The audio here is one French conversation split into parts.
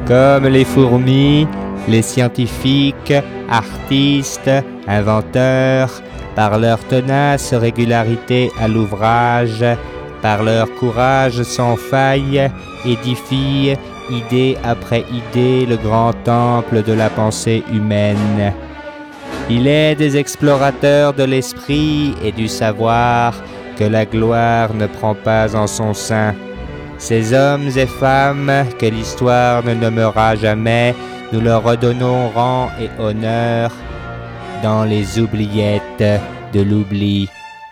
Comme les fourmis, les scientifiques, artistes, inventeurs, par leur tenace régularité à l'ouvrage, par leur courage sans faille, édifient, idée après idée, le grand temple de la pensée humaine. Il est des explorateurs de l'esprit et du savoir que la gloire ne prend pas en son sein. Ces hommes et femmes que l'histoire ne nommera jamais, nous leur redonnons rang et honneur dans les oubliettes de l'oubli.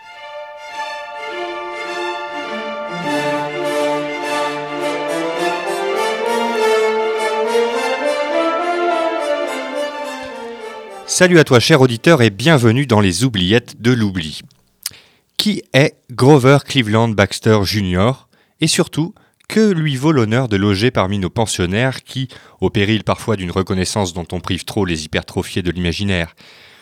Salut à toi cher auditeur et bienvenue dans les oubliettes de l'oubli. Qui est Grover Cleveland Baxter Jr. et surtout, que lui vaut l'honneur de loger parmi nos pensionnaires qui, au péril parfois d'une reconnaissance dont on prive trop les hypertrophiés de l'imaginaire,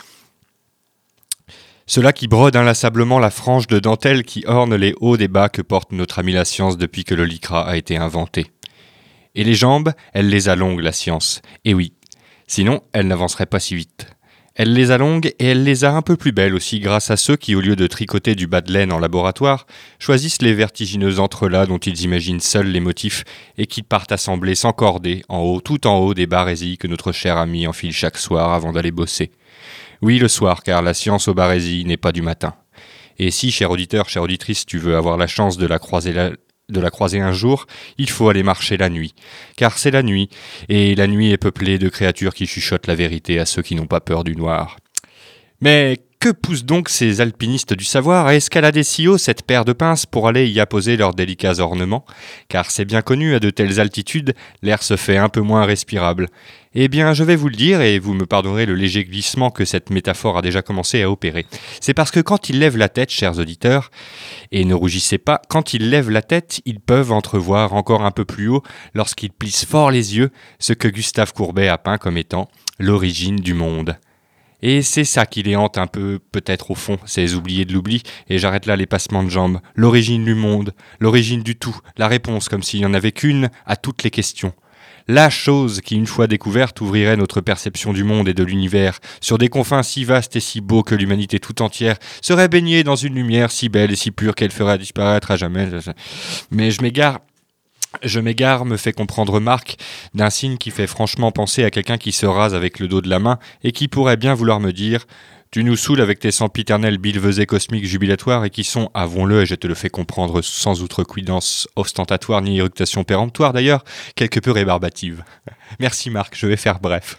ceux-là qui brodent inlassablement la frange de dentelle qui orne les hauts des bas que porte notre amie la science depuis que le lycra a été inventé. Et les jambes, elle les allongue la science. Et oui, sinon elle n'avancerait pas si vite. Elle les allongue et elle les a un peu plus belles aussi grâce à ceux qui, au lieu de tricoter du bas de laine en laboratoire, choisissent les vertigineux entrelacs dont ils imaginent seuls les motifs et qui partent assembler sans corder, en haut, tout en haut des barésies que notre cher ami enfile chaque soir avant d'aller bosser. Oui, le soir, car la science aux barésies n'est pas du matin. Et si, cher auditeur, chère auditrice, tu veux avoir la chance de la croiser un jour, il faut aller marcher la nuit. Car c'est la nuit, et la nuit est peuplée de créatures qui chuchotent la vérité à ceux qui n'ont pas peur du noir. Mais que poussent donc ces alpinistes du savoir à escalader si haut cette paire de pinces pour aller y apposer leurs délicats ornements ? Car c'est bien connu, à de telles altitudes, l'air se fait un peu moins respirable. Eh bien, je vais vous le dire, et vous me pardonnerez le léger glissement que cette métaphore a déjà commencé à opérer. C'est parce que quand ils lèvent la tête, chers auditeurs, et ne rougissez pas, quand ils lèvent la tête, ils peuvent entrevoir encore un peu plus haut, lorsqu'ils plissent fort les yeux, ce que Gustave Courbet a peint comme étant l'origine du monde. Et c'est ça qui les hante un peu, peut-être au fond, ces oubliés de l'oubli, et j'arrête là les passements de jambes. L'origine du monde, l'origine du tout, la réponse comme s'il n'y en avait qu'une à toutes les questions. La chose qui, une fois découverte, ouvrirait notre perception du monde et de l'univers sur des confins si vastes et si beaux que l'humanité tout entière serait baignée dans une lumière si belle et si pure qu'elle ferait disparaître à jamais. Mais je m'égare, me fait comprendre Marc, d'un signe qui fait franchement penser à quelqu'un qui se rase avec le dos de la main et qui pourrait bien vouloir me dire « Tu nous saoules avec tes sempiternelles billevesées cosmiques jubilatoires et qui sont, avouons-le, et je te le fais comprendre sans outrecuidance ostentatoire ni éructation péremptoire d'ailleurs, quelque peu rébarbatives. » Merci Marc, je vais faire bref.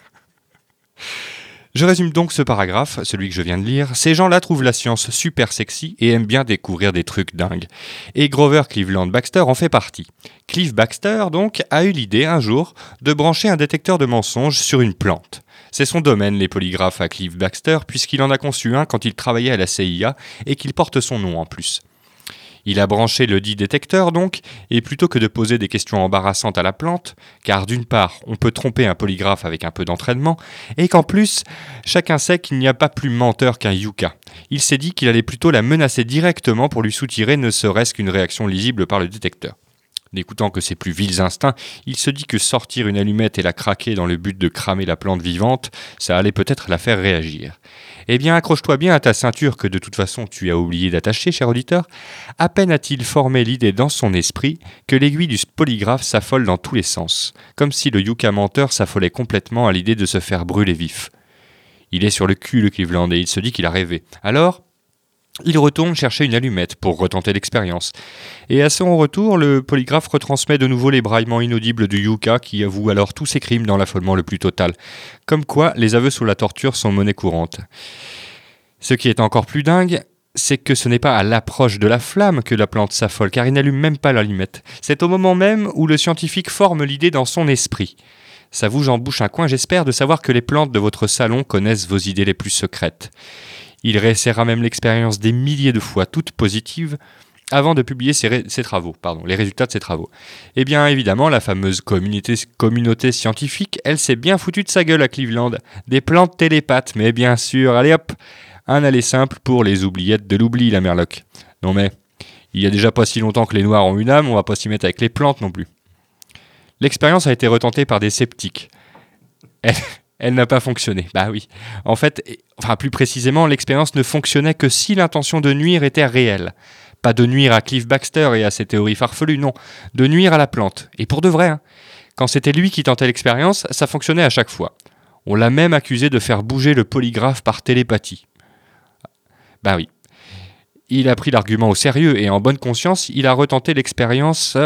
Je résume donc ce paragraphe, celui que je viens de lire. Ces gens-là trouvent la science super sexy et aiment bien découvrir des trucs dingues. Et Grover Cleveland Baxter en fait partie. Clive Baxter, donc, a eu l'idée, un jour, de brancher un détecteur de mensonges sur une plante. C'est son domaine, les polygraphes à Clive Baxter, puisqu'il en a conçu un quand il travaillait à la CIA et qu'il porte son nom en plus. Il a branché le dit détecteur donc, et plutôt que de poser des questions embarrassantes à la plante, car d'une part, on peut tromper un polygraphe avec un peu d'entraînement, et qu'en plus, chacun sait qu'il n'y a pas plus menteur qu'un yucca. Il s'est dit qu'il allait plutôt la menacer directement pour lui soutirer ne serait-ce qu'une réaction lisible par le détecteur. N'écoutant que ses plus vils instincts, il se dit que sortir une allumette et la craquer dans le but de cramer la plante vivante, ça allait peut-être la faire réagir. Eh bien, accroche-toi bien à ta ceinture que de toute façon tu as oublié d'attacher, cher auditeur. À peine a-t-il formé l'idée dans son esprit que l'aiguille du polygraphe s'affole dans tous les sens, comme si le yucca menteur s'affolait complètement à l'idée de se faire brûler vif. Il est sur le cul, le Cleveland, et il se dit qu'il a rêvé. Alors, il retourne chercher une allumette pour retenter l'expérience. Et à son retour, le polygraphe retransmet de nouveau les braillements inaudibles du yucca qui avoue alors tous ses crimes dans l'affolement le plus total. Comme quoi, les aveux sous la torture sont monnaie courante. Ce qui est encore plus dingue, c'est que ce n'est pas à l'approche de la flamme que la plante s'affole, car il n'allume même pas l'allumette. C'est au moment même où le scientifique forme l'idée dans son esprit. Ça vous en bouche un coin, j'espère, de savoir que les plantes de votre salon connaissent vos idées les plus secrètes. Il réessayera même l'expérience des milliers de fois, toutes positives, avant de publier les résultats de ses travaux. Eh bien, évidemment, la fameuse communauté scientifique, elle s'est bien foutue de sa gueule à Cleveland. Des plantes télépathes, mais bien sûr, allez hop, un aller simple pour les oubliettes de l'oubli, la merloc. Non mais, il y a déjà pas si longtemps que les noirs ont une âme, on va pas s'y mettre avec les plantes non plus. L'expérience a été retentée par des sceptiques. Elle n'a pas fonctionné. Bah oui. En fait, plus précisément, l'expérience ne fonctionnait que si l'intention de nuire était réelle. Pas de nuire à Cliff Baxter et à ses théories farfelues, non. De nuire à la plante. Et pour de vrai, hein. Quand c'était lui qui tentait l'expérience, ça fonctionnait à chaque fois. On l'a même accusé de faire bouger le polygraphe par télépathie. Ben oui. Il a pris l'argument au sérieux et en bonne conscience, il a retenté l'expérience.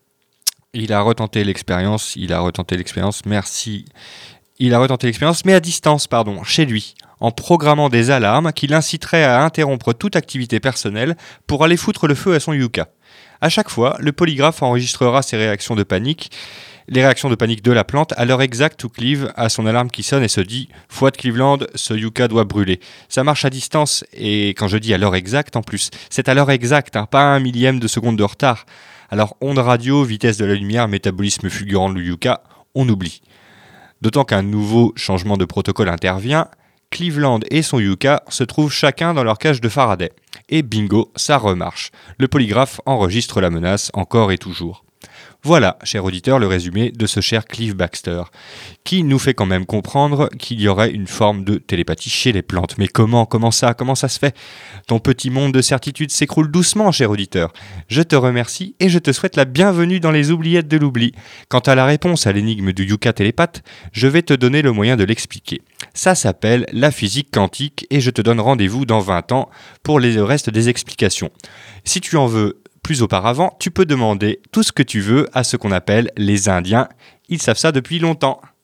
Merci. Il a retenté l'expérience, mais à distance, chez lui, en programmant des alarmes qui l'inciteraient à interrompre toute activité personnelle pour aller foutre le feu à son yucca. À chaque fois, le polygraphe enregistrera ses réactions de panique, les réactions de panique de la plante à l'heure exacte où Clive a son alarme qui sonne et se dit « Foi de Cleveland, ce yucca doit brûler ». Ça marche à distance, et quand je dis à l'heure exacte en plus, c'est à l'heure exacte, pas un millième de seconde de retard. Alors onde radio, vitesse de la lumière, métabolisme fulgurant de yucca, on oublie. D'autant qu'un nouveau changement de protocole intervient, Cleveland et son yucca se trouvent chacun dans leur cage de Faraday. Et bingo, ça remarche. Le polygraphe enregistre la menace encore et toujours. Voilà, cher auditeur, le résumé de ce cher Cliff Baxter, qui nous fait quand même comprendre qu'il y aurait une forme de télépathie chez les plantes. Mais comment ça se fait ? Ton petit monde de certitude s'écroule doucement, cher auditeur. Je te remercie et je te souhaite la bienvenue dans les oubliettes de l'oubli. Quant à la réponse à l'énigme du yucca télépathe, je vais te donner le moyen de l'expliquer. Ça s'appelle la physique quantique et je te donne rendez-vous dans 20 ans pour le reste des explications. Si tu en veux plus auparavant, tu peux demander tout ce que tu veux à ce qu'on appelle les Indiens. Ils savent ça depuis longtemps.